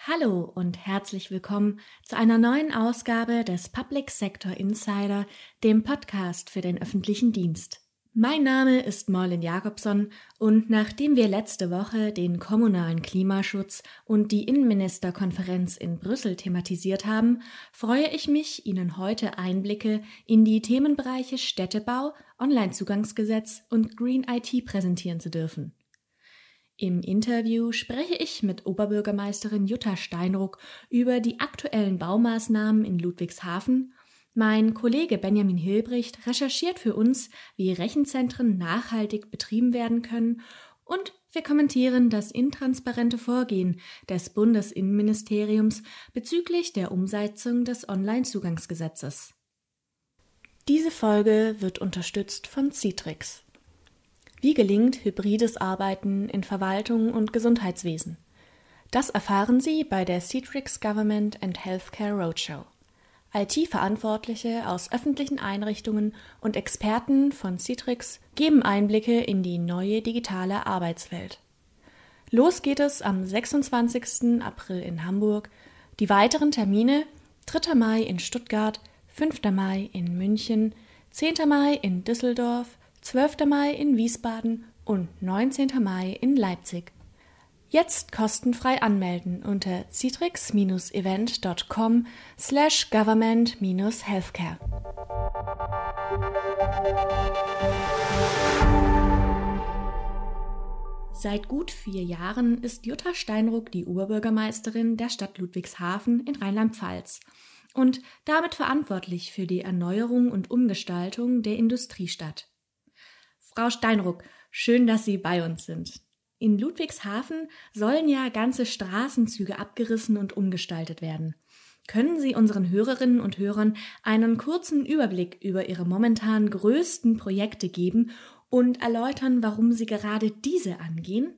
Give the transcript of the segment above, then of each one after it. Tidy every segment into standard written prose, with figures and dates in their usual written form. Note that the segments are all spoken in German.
Hallo und herzlich willkommen zu einer neuen Ausgabe des Public Sector Insider, dem Podcast für den öffentlichen Dienst. Mein Name ist Morlin Jakobson und nachdem wir letzte Woche den kommunalen Klimaschutz und die Innenministerkonferenz in Brüssel thematisiert haben, freue ich mich, Ihnen heute Einblicke in die Themenbereiche Städtebau, Onlinezugangsgesetz und Green IT präsentieren zu dürfen. Im Interview spreche ich mit Oberbürgermeisterin Jutta Steinruck über die aktuellen Baumaßnahmen in Ludwigshafen. Mein Kollege Benjamin Hilbricht recherchiert für uns, wie Rechenzentren nachhaltig betrieben werden können, und wir kommentieren das intransparente Vorgehen des Bundesinnenministeriums bezüglich der Umsetzung des Onlinezugangsgesetzes. Diese Folge wird unterstützt von Citrix. Wie gelingt hybrides Arbeiten in Verwaltung und Gesundheitswesen? Das erfahren Sie bei der Citrix Government and Healthcare Roadshow. IT-Verantwortliche aus öffentlichen Einrichtungen und Experten von Citrix geben Einblicke in die neue digitale Arbeitswelt. Los geht es am 26. April in Hamburg. Die weiteren Termine: 3. Mai in Stuttgart, 5. Mai in München, 10. Mai in Düsseldorf, 12. Mai in Wiesbaden und 19. Mai in Leipzig. Jetzt kostenfrei anmelden unter citrix-event.com/government-healthcare. Seit gut 4 Jahren ist Jutta Steinruck die Oberbürgermeisterin der Stadt Ludwigshafen in Rheinland-Pfalz und damit verantwortlich für die Erneuerung und Umgestaltung der Industriestadt. Frau Steinruck, schön, dass Sie bei uns sind. In Ludwigshafen sollen ja ganze Straßenzüge abgerissen und umgestaltet werden. Können Sie unseren Hörerinnen und Hörern einen kurzen Überblick über Ihre momentan größten Projekte geben und erläutern, warum Sie gerade diese angehen?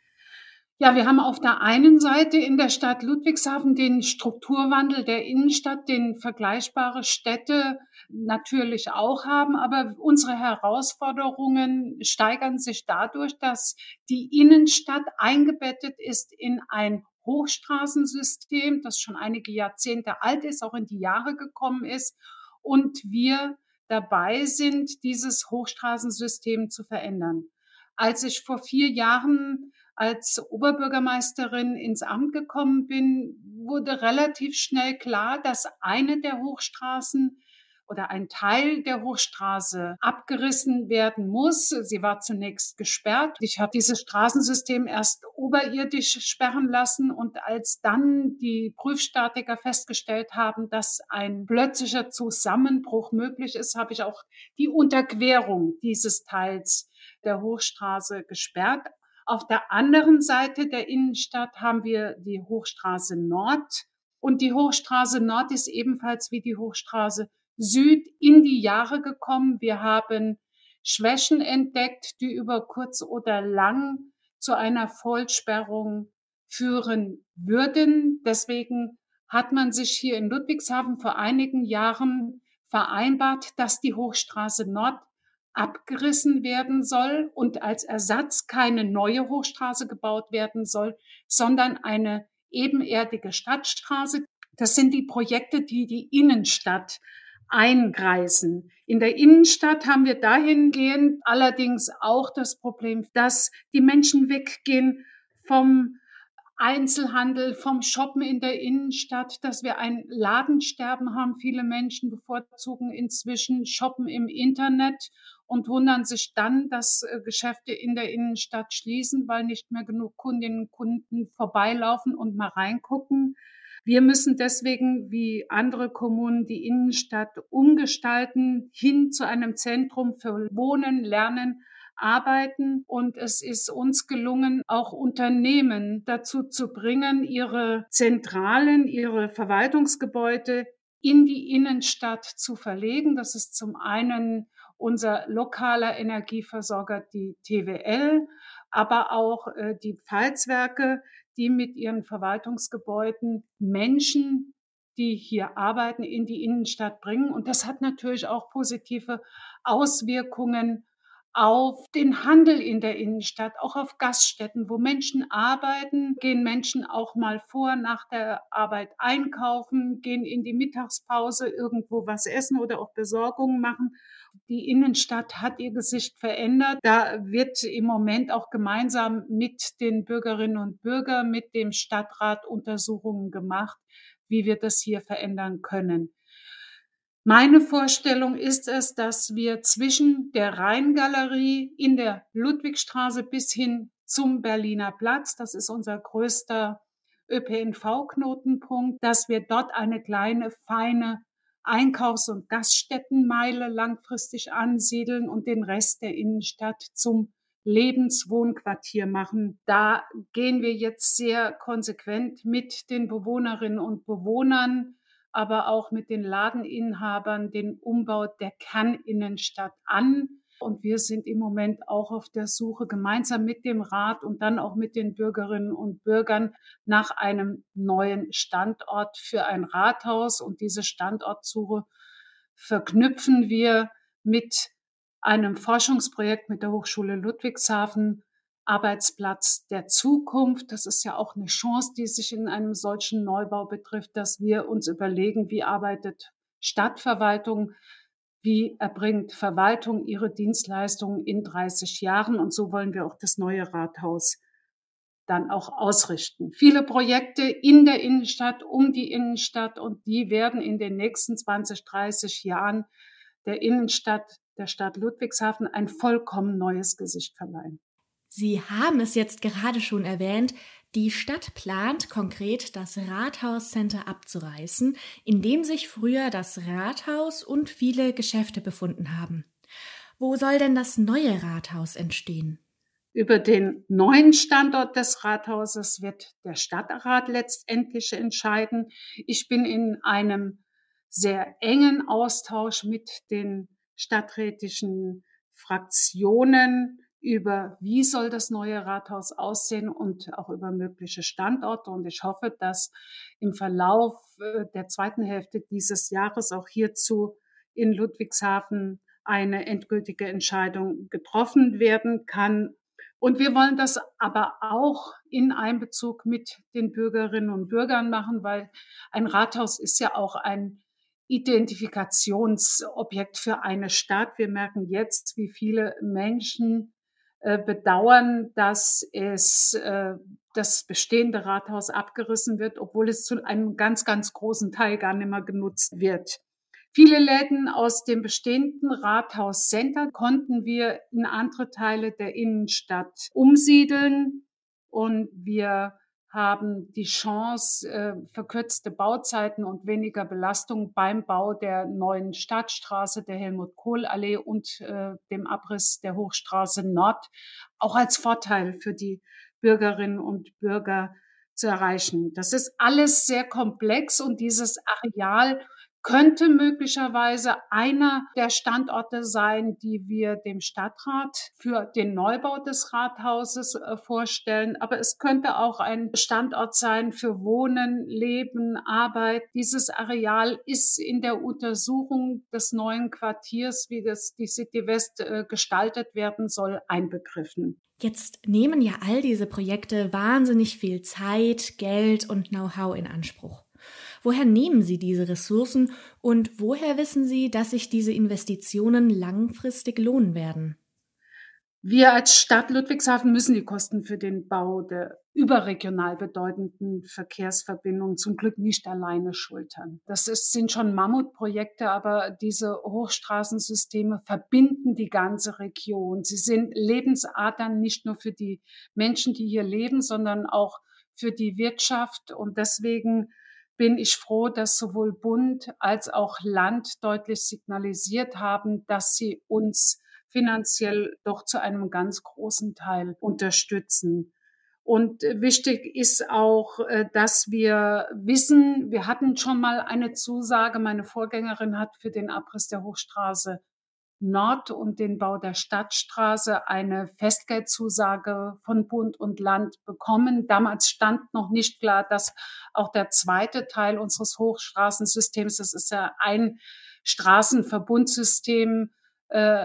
Ja, wir haben auf der einen Seite in der Stadt Ludwigshafen den Strukturwandel der Innenstadt, den vergleichbare Städte natürlich auch haben. Aber unsere Herausforderungen steigern sich dadurch, dass die Innenstadt eingebettet ist in ein Hochstraßensystem, das schon einige Jahrzehnte alt ist, auch in die Jahre gekommen ist. Und wir dabei sind, dieses Hochstraßensystem zu verändern. Als ich vor 4 Jahren als Oberbürgermeisterin ins Amt gekommen bin, wurde relativ schnell klar, dass eine der Hochstraßen oder ein Teil der Hochstraße abgerissen werden muss. Sie war zunächst gesperrt. Ich habe dieses Straßensystem erst oberirdisch sperren lassen, und als dann die Prüfstatiker festgestellt haben, dass ein plötzlicher Zusammenbruch möglich ist, habe ich auch die Unterquerung dieses Teils der Hochstraße gesperrt. Auf der anderen Seite der Innenstadt haben wir die Hochstraße Nord. Und die Hochstraße Nord ist ebenfalls wie die Hochstraße Süd in die Jahre gekommen. Wir haben Schwächen entdeckt, die über kurz oder lang zu einer Vollsperrung führen würden. Deswegen hat man sich hier in Ludwigshafen vor einigen Jahren vereinbart, dass die Hochstraße Nord abgerissen werden soll und als Ersatz keine neue Hochstraße gebaut werden soll, sondern eine ebenerdige Stadtstraße. Das sind die Projekte, die die Innenstadt eingreifen. In der Innenstadt haben wir dahingehend allerdings auch das Problem, dass die Menschen weggehen vom Einzelhandel, vom Shoppen in der Innenstadt, dass wir ein Ladensterben haben. Viele Menschen bevorzugen inzwischen Shoppen im Internet und wundern sich dann, dass Geschäfte in der Innenstadt schließen, weil nicht mehr genug Kundinnen und Kunden vorbeilaufen und mal reingucken. Wir müssen deswegen wie andere Kommunen die Innenstadt umgestalten, hin zu einem Zentrum für Wohnen, Lernen, Arbeiten. Und es ist uns gelungen, auch Unternehmen dazu zu bringen, ihre Zentralen, ihre Verwaltungsgebäude in die Innenstadt zu verlegen. Das ist zum einen unser lokaler Energieversorger, die TWL, aber auch die Pfalzwerke, die mit ihren Verwaltungsgebäuden Menschen, die hier arbeiten, in die Innenstadt bringen. Und das hat natürlich auch positive Auswirkungen auf den Handel in der Innenstadt, auch auf Gaststätten, wo Menschen arbeiten, gehen Menschen auch mal nach der Arbeit einkaufen, gehen in die Mittagspause irgendwo was essen oder auch Besorgungen machen. Die Innenstadt hat ihr Gesicht verändert. Da wird im Moment auch gemeinsam mit den Bürgerinnen und Bürgern, mit dem Stadtrat Untersuchungen gemacht, wie wir das hier verändern können. Meine Vorstellung ist es, dass wir zwischen der Rheingalerie in der Ludwigstraße bis hin zum Berliner Platz, das ist unser größter ÖPNV-Knotenpunkt, dass wir dort eine kleine, feine Einkaufs- und Gaststättenmeile langfristig ansiedeln und den Rest der Innenstadt zum Lebenswohnquartier machen. Da gehen wir jetzt sehr konsequent mit den Bewohnerinnen und Bewohnern, aber auch mit den Ladeninhabern den Umbau der Kerninnenstadt an. Und wir sind im Moment auch auf der Suche gemeinsam mit dem Rat und dann auch mit den Bürgerinnen und Bürgern nach einem neuen Standort für ein Rathaus. Und diese Standortsuche verknüpfen wir mit einem Forschungsprojekt mit der Hochschule Ludwigshafen, Arbeitsplatz der Zukunft. Das ist ja auch eine Chance, die sich in einem solchen Neubau betrifft, dass wir uns überlegen, wie arbeitet Stadtverwaltung, wie erbringt Verwaltung ihre Dienstleistungen in 30 Jahren. Und so wollen wir auch das neue Rathaus dann auch ausrichten. Viele Projekte in der Innenstadt, um die Innenstadt, und die werden in den nächsten 20, 30 Jahren der Innenstadt der Stadt Ludwigshafen ein vollkommen neues Gesicht verleihen. Sie haben es jetzt gerade schon erwähnt, die Stadt plant konkret, das Rathauscenter abzureißen, in dem sich früher das Rathaus und viele Geschäfte befunden haben. Wo soll denn das neue Rathaus entstehen? Über den neuen Standort des Rathauses wird der Stadtrat letztendlich entscheiden. Ich bin in einem sehr engen Austausch mit den stadträtischen Fraktionen über, wie soll das neue Rathaus aussehen und auch über mögliche Standorte. Und ich hoffe, dass im Verlauf der zweiten Hälfte dieses Jahres auch hierzu in Ludwigshafen eine endgültige Entscheidung getroffen werden kann. Und wir wollen das aber auch in Einbezug mit den Bürgerinnen und Bürgern machen, weil ein Rathaus ist ja auch ein Identifikationsobjekt für eine Stadt. Wir merken jetzt, wie viele Menschen bedauern, dass das bestehende Rathaus abgerissen wird, obwohl es zu einem ganz, ganz großen Teil gar nicht mehr genutzt wird. Viele Läden aus dem bestehenden Rathauscenter konnten wir in andere Teile der Innenstadt umsiedeln und wir haben die Chance, verkürzte Bauzeiten und weniger Belastung beim Bau der neuen Stadtstraße, der Helmut-Kohl-Allee und dem Abriss der Hochstraße Nord auch als Vorteil für die Bürgerinnen und Bürger zu erreichen. Das ist alles sehr komplex und dieses Areal könnte möglicherweise einer der Standorte sein, die wir dem Stadtrat für den Neubau des Rathauses vorstellen. Aber es könnte auch ein Standort sein für Wohnen, Leben, Arbeit. Dieses Areal ist in der Untersuchung des neuen Quartiers, wie das die City West gestaltet werden soll, einbegriffen. Jetzt nehmen ja all diese Projekte wahnsinnig viel Zeit, Geld und Know-how in Anspruch. Woher nehmen Sie diese Ressourcen und woher wissen Sie, dass sich diese Investitionen langfristig lohnen werden? Wir als Stadt Ludwigshafen müssen die Kosten für den Bau der überregional bedeutenden Verkehrsverbindungen zum Glück nicht alleine schultern. Sind schon Mammutprojekte, aber diese Hochstraßensysteme verbinden die ganze Region. Sie sind Lebensadern nicht nur für die Menschen, die hier leben, sondern auch für die Wirtschaft. Und deswegen bin ich froh, dass sowohl Bund als auch Land deutlich signalisiert haben, dass sie uns finanziell doch zu einem ganz großen Teil unterstützen. Und wichtig ist auch, dass wir wissen, wir hatten schon mal eine Zusage, meine Vorgängerin hat für den Abriss der Hochstraße Nord und den Bau der Stadtstraße eine Festgeldzusage von Bund und Land bekommen. Damals stand noch nicht klar, dass auch der zweite Teil unseres Hochstraßensystems, das ist ja ein Straßenverbundsystem,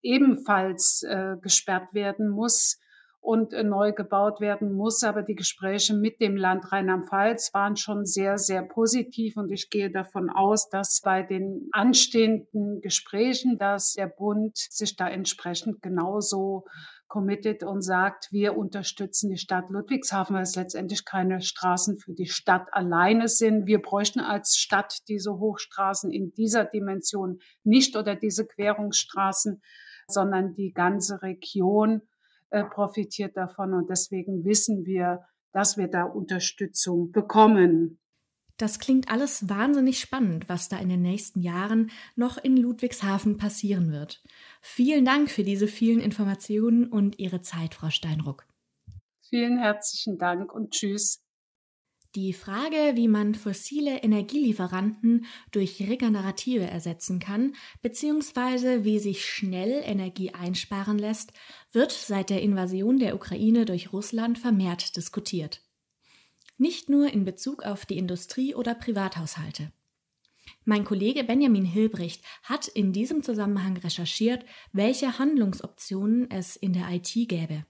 ebenfalls gesperrt werden muss und neu gebaut werden muss. Aber die Gespräche mit dem Land Rheinland-Pfalz waren schon sehr, sehr positiv. Und ich gehe davon aus, dass bei den anstehenden Gesprächen, dass der Bund sich da entsprechend genauso committed und sagt, wir unterstützen die Stadt Ludwigshafen, weil es letztendlich keine Straßen für die Stadt alleine sind. Wir bräuchten als Stadt diese Hochstraßen in dieser Dimension nicht oder diese Querungsstraßen, sondern die ganze Region profitiert davon. Und deswegen wissen wir, dass wir da Unterstützung bekommen. Das klingt alles wahnsinnig spannend, was da in den nächsten Jahren noch in Ludwigshafen passieren wird. Vielen Dank für diese vielen Informationen und Ihre Zeit, Frau Steinruck. Vielen herzlichen Dank und tschüss. Die Frage, wie man fossile Energielieferanten durch regenerative ersetzen kann, beziehungsweise wie sich schnell Energie einsparen lässt, wird seit der Invasion der Ukraine durch Russland vermehrt diskutiert. Nicht nur in Bezug auf die Industrie oder Privathaushalte. Mein Kollege Benjamin Hilbricht hat in diesem Zusammenhang recherchiert, welche Handlungsoptionen es in der IT gäbe.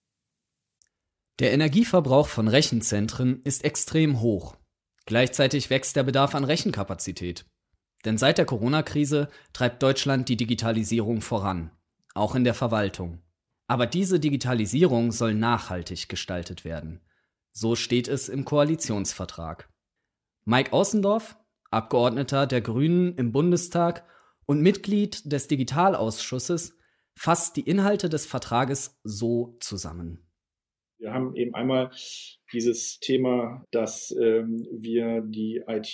Der Energieverbrauch von Rechenzentren ist extrem hoch. Gleichzeitig wächst der Bedarf an Rechenkapazität. Denn seit der Corona-Krise treibt Deutschland die Digitalisierung voran, auch in der Verwaltung. Aber diese Digitalisierung soll nachhaltig gestaltet werden. So steht es im Koalitionsvertrag. Mike Außendorf, Abgeordneter der Grünen im Bundestag und Mitglied des Digitalausschusses, fasst die Inhalte des Vertrages so zusammen. Wir haben eben einmal dieses Thema, dass wir die IT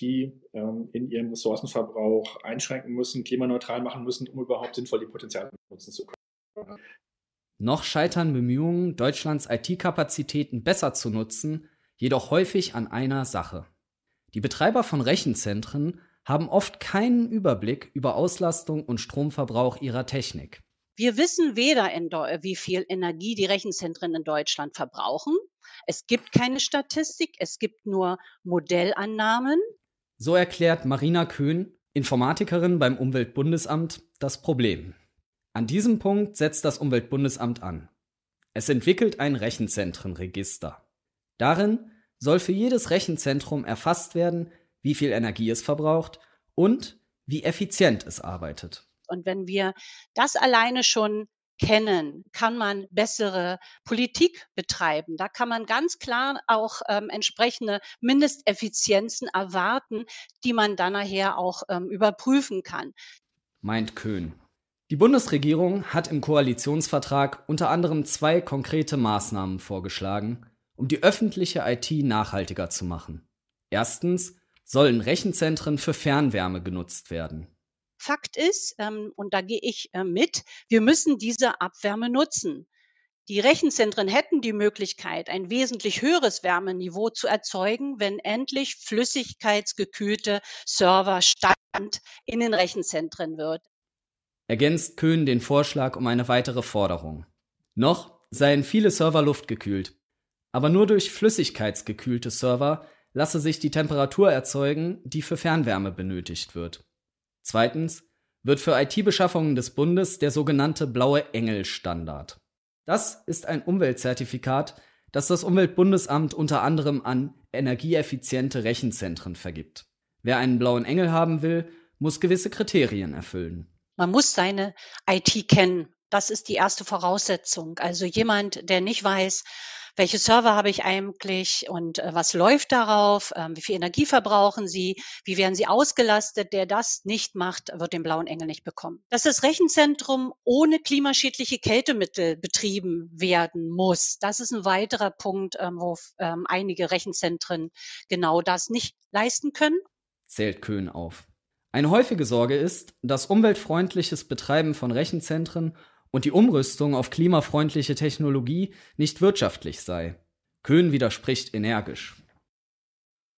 in ihrem Ressourcenverbrauch einschränken müssen, klimaneutral machen müssen, um überhaupt sinnvoll die Potenziale nutzen zu können. Noch scheitern Bemühungen, Deutschlands IT-Kapazitäten besser zu nutzen, jedoch häufig an einer Sache. Die Betreiber von Rechenzentren haben oft keinen Überblick über Auslastung und Stromverbrauch ihrer Technik. Wir wissen weder, wie viel Energie die Rechenzentren in Deutschland verbrauchen. Es gibt keine Statistik, es gibt nur Modellannahmen. So erklärt Marina Köhn, Informatikerin beim Umweltbundesamt, das Problem. An diesem Punkt setzt das Umweltbundesamt an. Es entwickelt ein Rechenzentrenregister. Darin soll für jedes Rechenzentrum erfasst werden, wie viel Energie es verbraucht und wie effizient es arbeitet. Und wenn wir das alleine schon kennen, kann man bessere Politik betreiben. Da kann man ganz klar auch entsprechende Mindesteffizienzen erwarten, die man dann nachher auch überprüfen kann. Meint Köhn. Die Bundesregierung hat im Koalitionsvertrag unter anderem 2 konkrete Maßnahmen vorgeschlagen, um die öffentliche IT nachhaltiger zu machen. Erstens sollen Rechenzentren für Fernwärme genutzt werden. Fakt ist, und da gehe ich mit, wir müssen diese Abwärme nutzen. Die Rechenzentren hätten die Möglichkeit, ein wesentlich höheres Wärmeniveau zu erzeugen, wenn endlich flüssigkeitsgekühlte Server Stand in den Rechenzentren wird. Ergänzt Köhn den Vorschlag um eine weitere Forderung. Noch seien viele Server luftgekühlt, aber nur durch flüssigkeitsgekühlte Server lasse sich die Temperatur erzeugen, die für Fernwärme benötigt wird. Zweitens wird für IT-Beschaffungen des Bundes der sogenannte Blaue Engel-Standard. Das ist ein Umweltzertifikat, das das Umweltbundesamt unter anderem an energieeffiziente Rechenzentren vergibt. Wer einen blauen Engel haben will, muss gewisse Kriterien erfüllen. Man muss seine IT kennen. Das ist die erste Voraussetzung. Also jemand, der nicht weiß, welche Server habe ich eigentlich und was läuft darauf, wie viel Energie verbrauchen sie, wie werden sie ausgelastet, der das nicht macht, wird den blauen Engel nicht bekommen. Dass das Rechenzentrum ohne klimaschädliche Kältemittel betrieben werden muss, das ist ein weiterer Punkt, wo einige Rechenzentren genau das nicht leisten können. Zählt Köhn auf. Eine häufige Sorge ist, dass umweltfreundliches Betreiben von Rechenzentren und die Umrüstung auf klimafreundliche Technologie nicht wirtschaftlich sei. Köhn widerspricht energisch.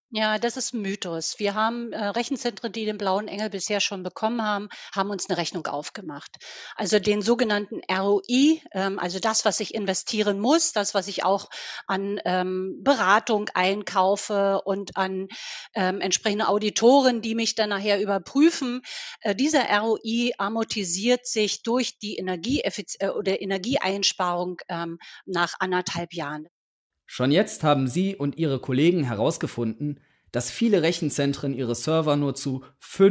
Ja, das ist 'n Mythos. Wir haben, Rechenzentren, die den blauen Engel bisher schon bekommen haben uns eine Rechnung aufgemacht. Also, den sogenannten ROI, also das, was ich investieren muss, das, was ich auch an, Beratung einkaufe und an, entsprechende Auditoren, die mich dann nachher überprüfen. Dieser ROI amortisiert sich durch die oder Energieeinsparung, nach 1,5 Jahren. Schon jetzt haben Sie und Ihre Kollegen herausgefunden, dass viele Rechenzentren ihre Server nur zu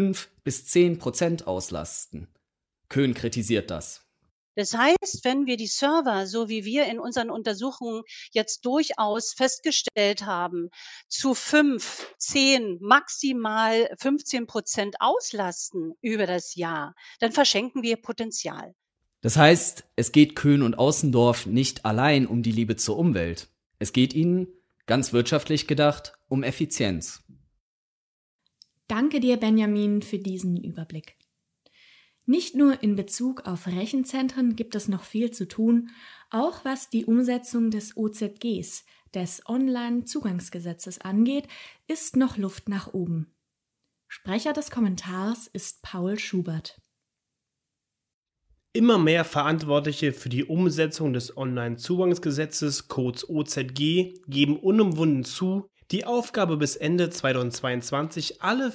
5-10% auslasten. Köhn kritisiert das. Das heißt, wenn wir die Server, so wie wir in unseren Untersuchungen jetzt durchaus festgestellt haben, zu 5, 10, maximal 15% auslasten über das Jahr, dann verschenken wir Potenzial. Das heißt, es geht Köhn und Außendorf nicht allein um die Liebe zur Umwelt. Es geht ihnen, ganz wirtschaftlich gedacht, um Effizienz. Danke dir, Benjamin, für diesen Überblick. Nicht nur in Bezug auf Rechenzentren gibt es noch viel zu tun, auch was die Umsetzung des OZGs, des Online-Zugangsgesetzes angeht, ist noch Luft nach oben. Sprecher des Kommentars ist Paul Schubert. Immer mehr Verantwortliche für die Umsetzung des Online-Zugangsgesetzes, kurz OZG, geben unumwunden zu, die Aufgabe bis Ende 2022 alle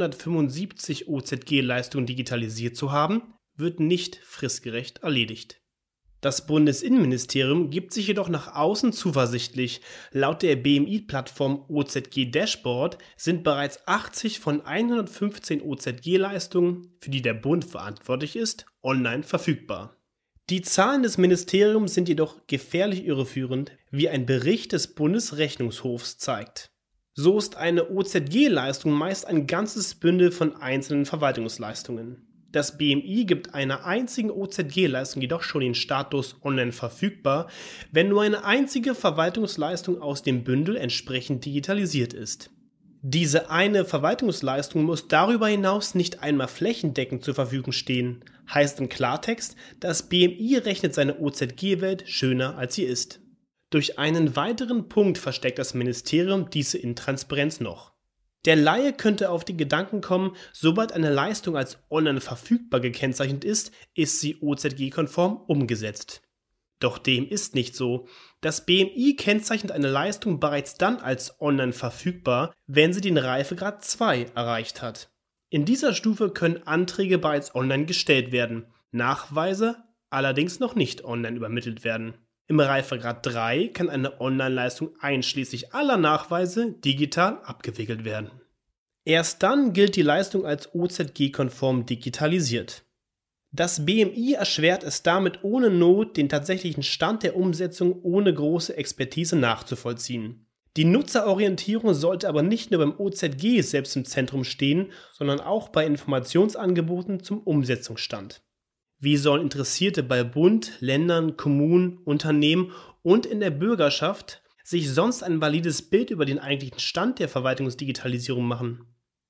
575 OZG-Leistungen digitalisiert zu haben, wird nicht fristgerecht erledigt. Das Bundesinnenministerium gibt sich jedoch nach außen zuversichtlich. Laut der BMI-Plattform OZG Dashboard sind bereits 80 von 115 OZG-Leistungen, für die der Bund verantwortlich ist, online verfügbar. Die Zahlen des Ministeriums sind jedoch gefährlich irreführend, wie ein Bericht des Bundesrechnungshofs zeigt. So ist eine OZG-Leistung meist ein ganzes Bündel von einzelnen Verwaltungsleistungen. Das BMI gibt einer einzigen OZG-Leistung jedoch schon den Status online verfügbar, wenn nur eine einzige Verwaltungsleistung aus dem Bündel entsprechend digitalisiert ist. Diese eine Verwaltungsleistung muss darüber hinaus nicht einmal flächendeckend zur Verfügung stehen. Heißt im Klartext, das BMI rechnet seine OZG-Welt schöner als sie ist. Durch einen weiteren Punkt versteckt das Ministerium diese Intransparenz noch. Der Laie könnte auf den Gedanken kommen, sobald eine Leistung als online verfügbar gekennzeichnet ist, ist sie OZG-konform umgesetzt. Doch dem ist nicht so. Das BMI kennzeichnet eine Leistung bereits dann als online verfügbar, wenn sie den Reifegrad 2 erreicht hat. In dieser Stufe können Anträge bereits online gestellt werden, Nachweise allerdings noch nicht online übermittelt werden. Im Reifegrad 3 kann eine Online-Leistung einschließlich aller Nachweise digital abgewickelt werden. Erst dann gilt die Leistung als OZG-konform digitalisiert. Das BMI erschwert es damit ohne Not, den tatsächlichen Stand der Umsetzung ohne große Expertise nachzuvollziehen. Die Nutzerorientierung sollte aber nicht nur beim OZG selbst im Zentrum stehen, sondern auch bei Informationsangeboten zum Umsetzungsstand. Wie sollen Interessierte bei Bund, Ländern, Kommunen, Unternehmen und in der Bürgerschaft sich sonst ein valides Bild über den eigentlichen Stand der Verwaltungsdigitalisierung machen?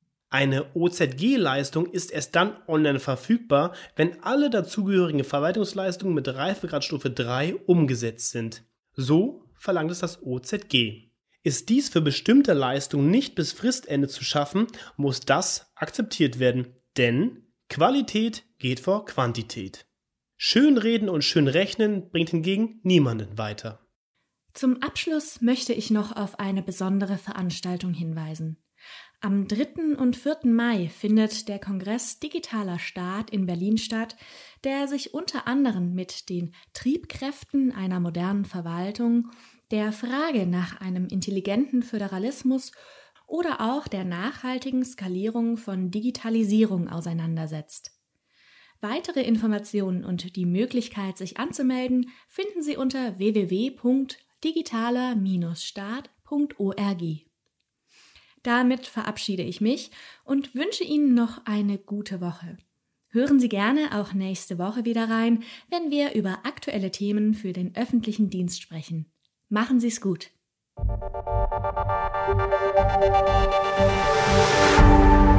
Eine OZG-Leistung ist erst dann online verfügbar, wenn alle dazugehörigen Verwaltungsleistungen mit Reifegradstufe 3 umgesetzt sind. So verlangt es das OZG. Ist dies für bestimmte Leistungen nicht bis Fristende zu schaffen, muss das akzeptiert werden, denn Qualität geht vor Quantität. Schönreden und schön rechnen bringt hingegen niemanden weiter. Zum Abschluss möchte ich noch auf eine besondere Veranstaltung hinweisen. Am 3. und 4. Mai findet der Kongress Digitaler Staat in Berlin statt, der sich unter anderem mit den Triebkräften einer modernen Verwaltung, der Frage nach einem intelligenten Föderalismus oder auch der nachhaltigen Skalierung von Digitalisierung auseinandersetzt. Weitere Informationen und die Möglichkeit, sich anzumelden, finden Sie unter www.digitaler-staat.org. Damit verabschiede ich mich und wünsche Ihnen noch eine gute Woche. Hören Sie gerne auch nächste Woche wieder rein, wenn wir über aktuelle Themen für den öffentlichen Dienst sprechen. Machen Sie es gut.